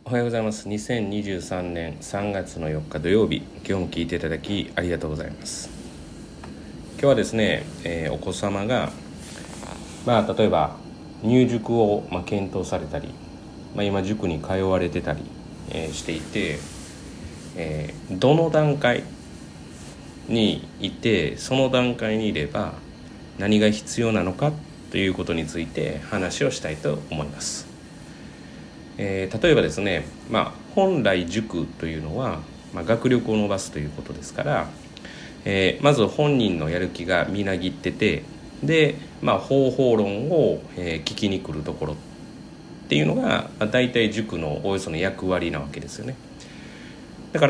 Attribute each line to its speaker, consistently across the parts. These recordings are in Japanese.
Speaker 1: おはようございます。2023年3月の4日土曜日、今日も聞いていただきありがとうございます。今日はですね、お子様が、例えば入塾を検討されたり、今塾に通われてたり、していて、どの段階にいて、その段階にいれば何が必要なのかということについて話をしたいと思います。例えばですね、本来塾というのは、学力を伸ばすということですから、まず本人のやる気がみなぎってて、で、方法論を、聞きに来るところっていうのが、大体塾のおよその役割なわけですよね。だから、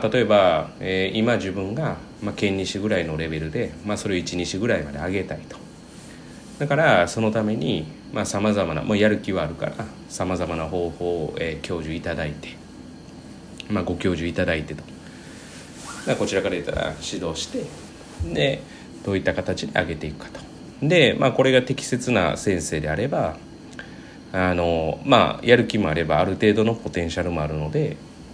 Speaker 1: 例えば、今自分が、県2種ぐらいのレベルで、それを1、2種ぐらいまで上げたいと。だからそのためにさまざまな、やる気はあるからさまざまな方法を、教授いただいて、ご教授いただいてと、こちらから言ったら指導して、でどういった形で上げていくかと。で、これが適切な先生であれば、やる気もあればある程度のポテンシャルもあるので、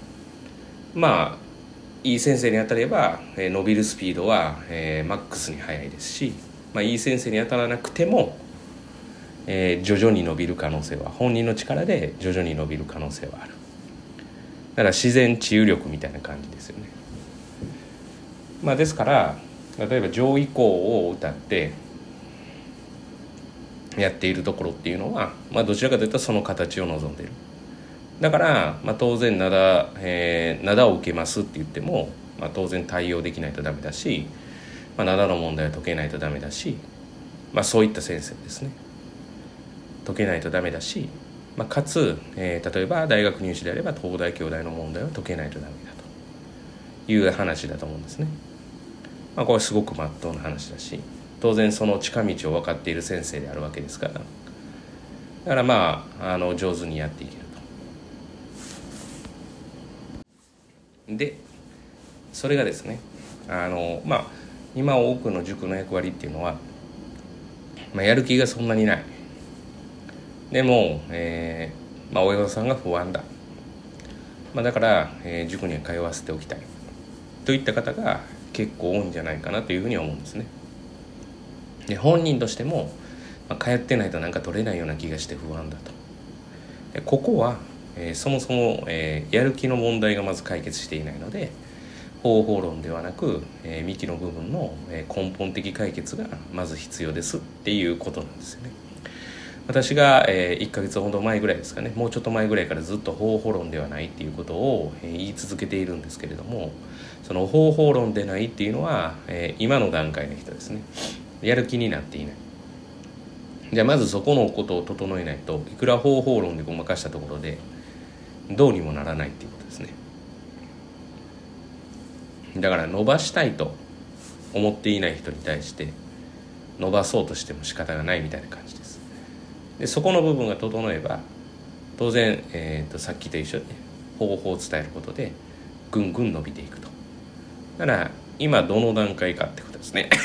Speaker 1: いい先生に当たれば、伸びるスピードは、マックスに速いですし、いい先生に当たらなくても、徐々に伸びる可能性は、本人の力で徐々に伸びる可能性はある。だから自然治癒力みたいな感じですよね。ですから例えば上位校を歌ってやっているところっていうのは、どちらかというとその形を望んでいる。だから、当然灘を受けますって言っても、当然対応できないとダメだし、灘の問題は解けないとダメだし、そういった先生ですね。解けないとダメだし、かつ、例えば大学入試であれば東大京大の問題は解けないとダメだという話だと思うんですね。これすごく真っ当な話だし、当然その近道を分かっている先生であるわけですから、だから上手にやっていけると。でそれがですね、今多くの塾の役割っていうのは、やる気がそんなにない。でも、親御さんが不安だ。だから、塾には通わせておきたいといった方が結構多いんじゃないかなというふうに思うんですね。で本人としても、通ってないとなんか取れないような気がして不安だと。でここは、そもそも、やる気の問題がまず解決していないので、方法論ではなく、幹の部分の、根本的解決がまず必要ですっていうことなんですよね。私が、1ヶ月ほど前ぐらいですかね、もうちょっと前ぐらいからずっと方法論ではないっていうことを、言い続けているんですけれども、その方法論でないっていうのは、今の段階の人ですね、やる気になっていない。じゃあまずそこのことを整えないと、いくら方法論でごまかしたところでどうにもならないっていうことですね。だから伸ばしたいと思っていない人に対して伸ばそうとしても仕方がないみたいな感じです。でそこの部分が整えば当然、さっきと一緒に、方法を伝えることでぐんぐん伸びていくと。だから今どの段階かってことですね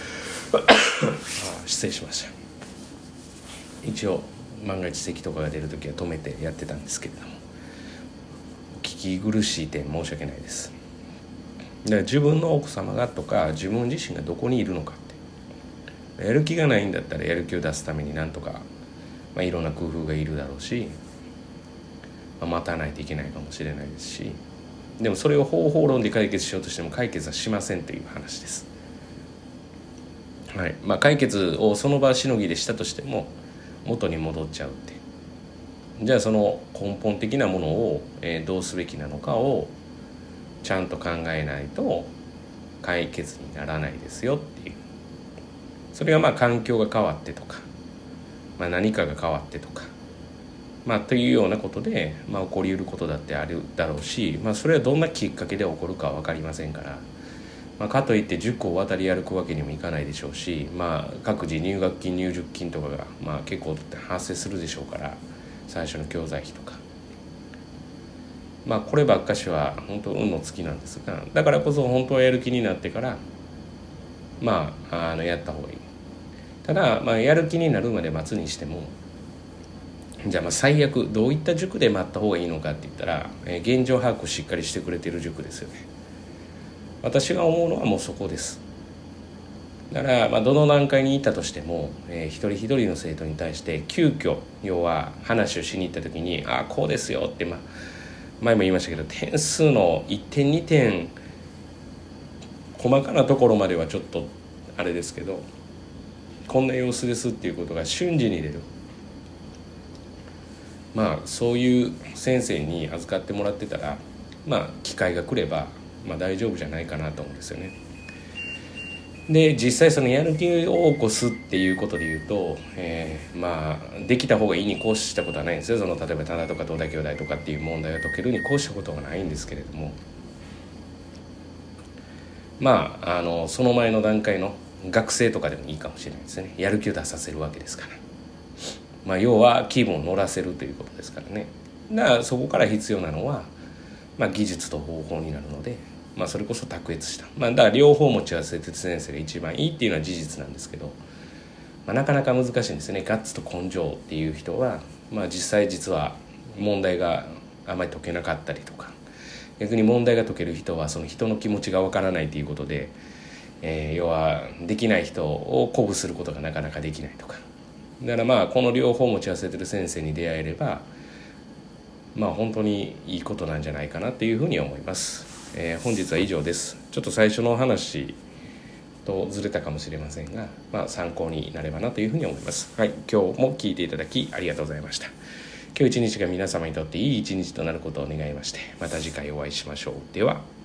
Speaker 1: 失礼しました。一応万が一咳とかが出るときは止めてやってたんですけれども、お聞き苦しい点申し訳ないです。だから自分の奥様がとか自分自身がどこにいるのかって、やる気がないんだったらやる気を出すためになんとか、いろんな工夫がいるだろうし、待たないといけないかもしれないですし、でもそれを方法論で解決しようとしても解決はしませんという話です。はい。解決をその場しのぎでしたとしても元に戻っちゃうって。じゃあその根本的なものを、どうすべきなのかをちゃんと考えないと解決にならないですよっていう。それが環境が変わってとか、何かが変わってとか、というようなことで、起こりうることだってあるだろうし、それはどんなきっかけで起こるかは分かりませんから、かといって塾を渡り歩くわけにもいかないでしょうし、各自入学金入塾金とかが、結構発生するでしょうから、最初の教材費とか、こればっかしは本当運の尽きなんですが、だからこそ本当はやる気になってからやった方がいい。ただ、やる気になるまで待つにしても、 じゃあ最悪どういった塾で待った方がいいのかって言ったら、現状把握しっかりしてくれてる塾ですよね。私が思うのはもうそこです。だからどの段階にいたとしても、一人一人の生徒に対して急遽要は話をしに行った時にこうですよって、前も言いましたけど点数の1点2点細かなところまではちょっとあれですけど、こんな様子ですっていうことが瞬時に出る、そういう先生に預かってもらってたら機会が来れば大丈夫じゃないかなと思うんですよね。で実際そのやる気を起こすっていうことで言うと、できた方がいいに越したことはないんですよ。その例えば棚とか東大京大とかっていう問題を解けるに越したことはないんですけれども、その前の段階の学生とかでもいいかもしれないですね。やる気を出させるわけですから、要は気分を乗らせるということですからね。だからそこから必要なのは、技術と方法になるので、それこそ卓越した、だから両方持ち合わせて先生が一番いいっていうのは事実なんですけど、なかなか難しいんですよね。ガッツと根性っていう人は、実は問題があまり解けなかったりとか、逆に問題が解ける人はその人の気持ちがわからないということで、要はできない人を鼓舞することがなかなかできないとか、だからこの両方持ち合わせてる先生に出会えれば本当にいいことなんじゃないかなっていうふうに思います。本日は以上です。ちょっと最初の話とずれたかもしれませんが、参考になればなというふうに思います。はい、今日も聞いていただきありがとうございました。今日一日が皆様にとっていい一日となることを願いまして、また次回お会いしましょう。では。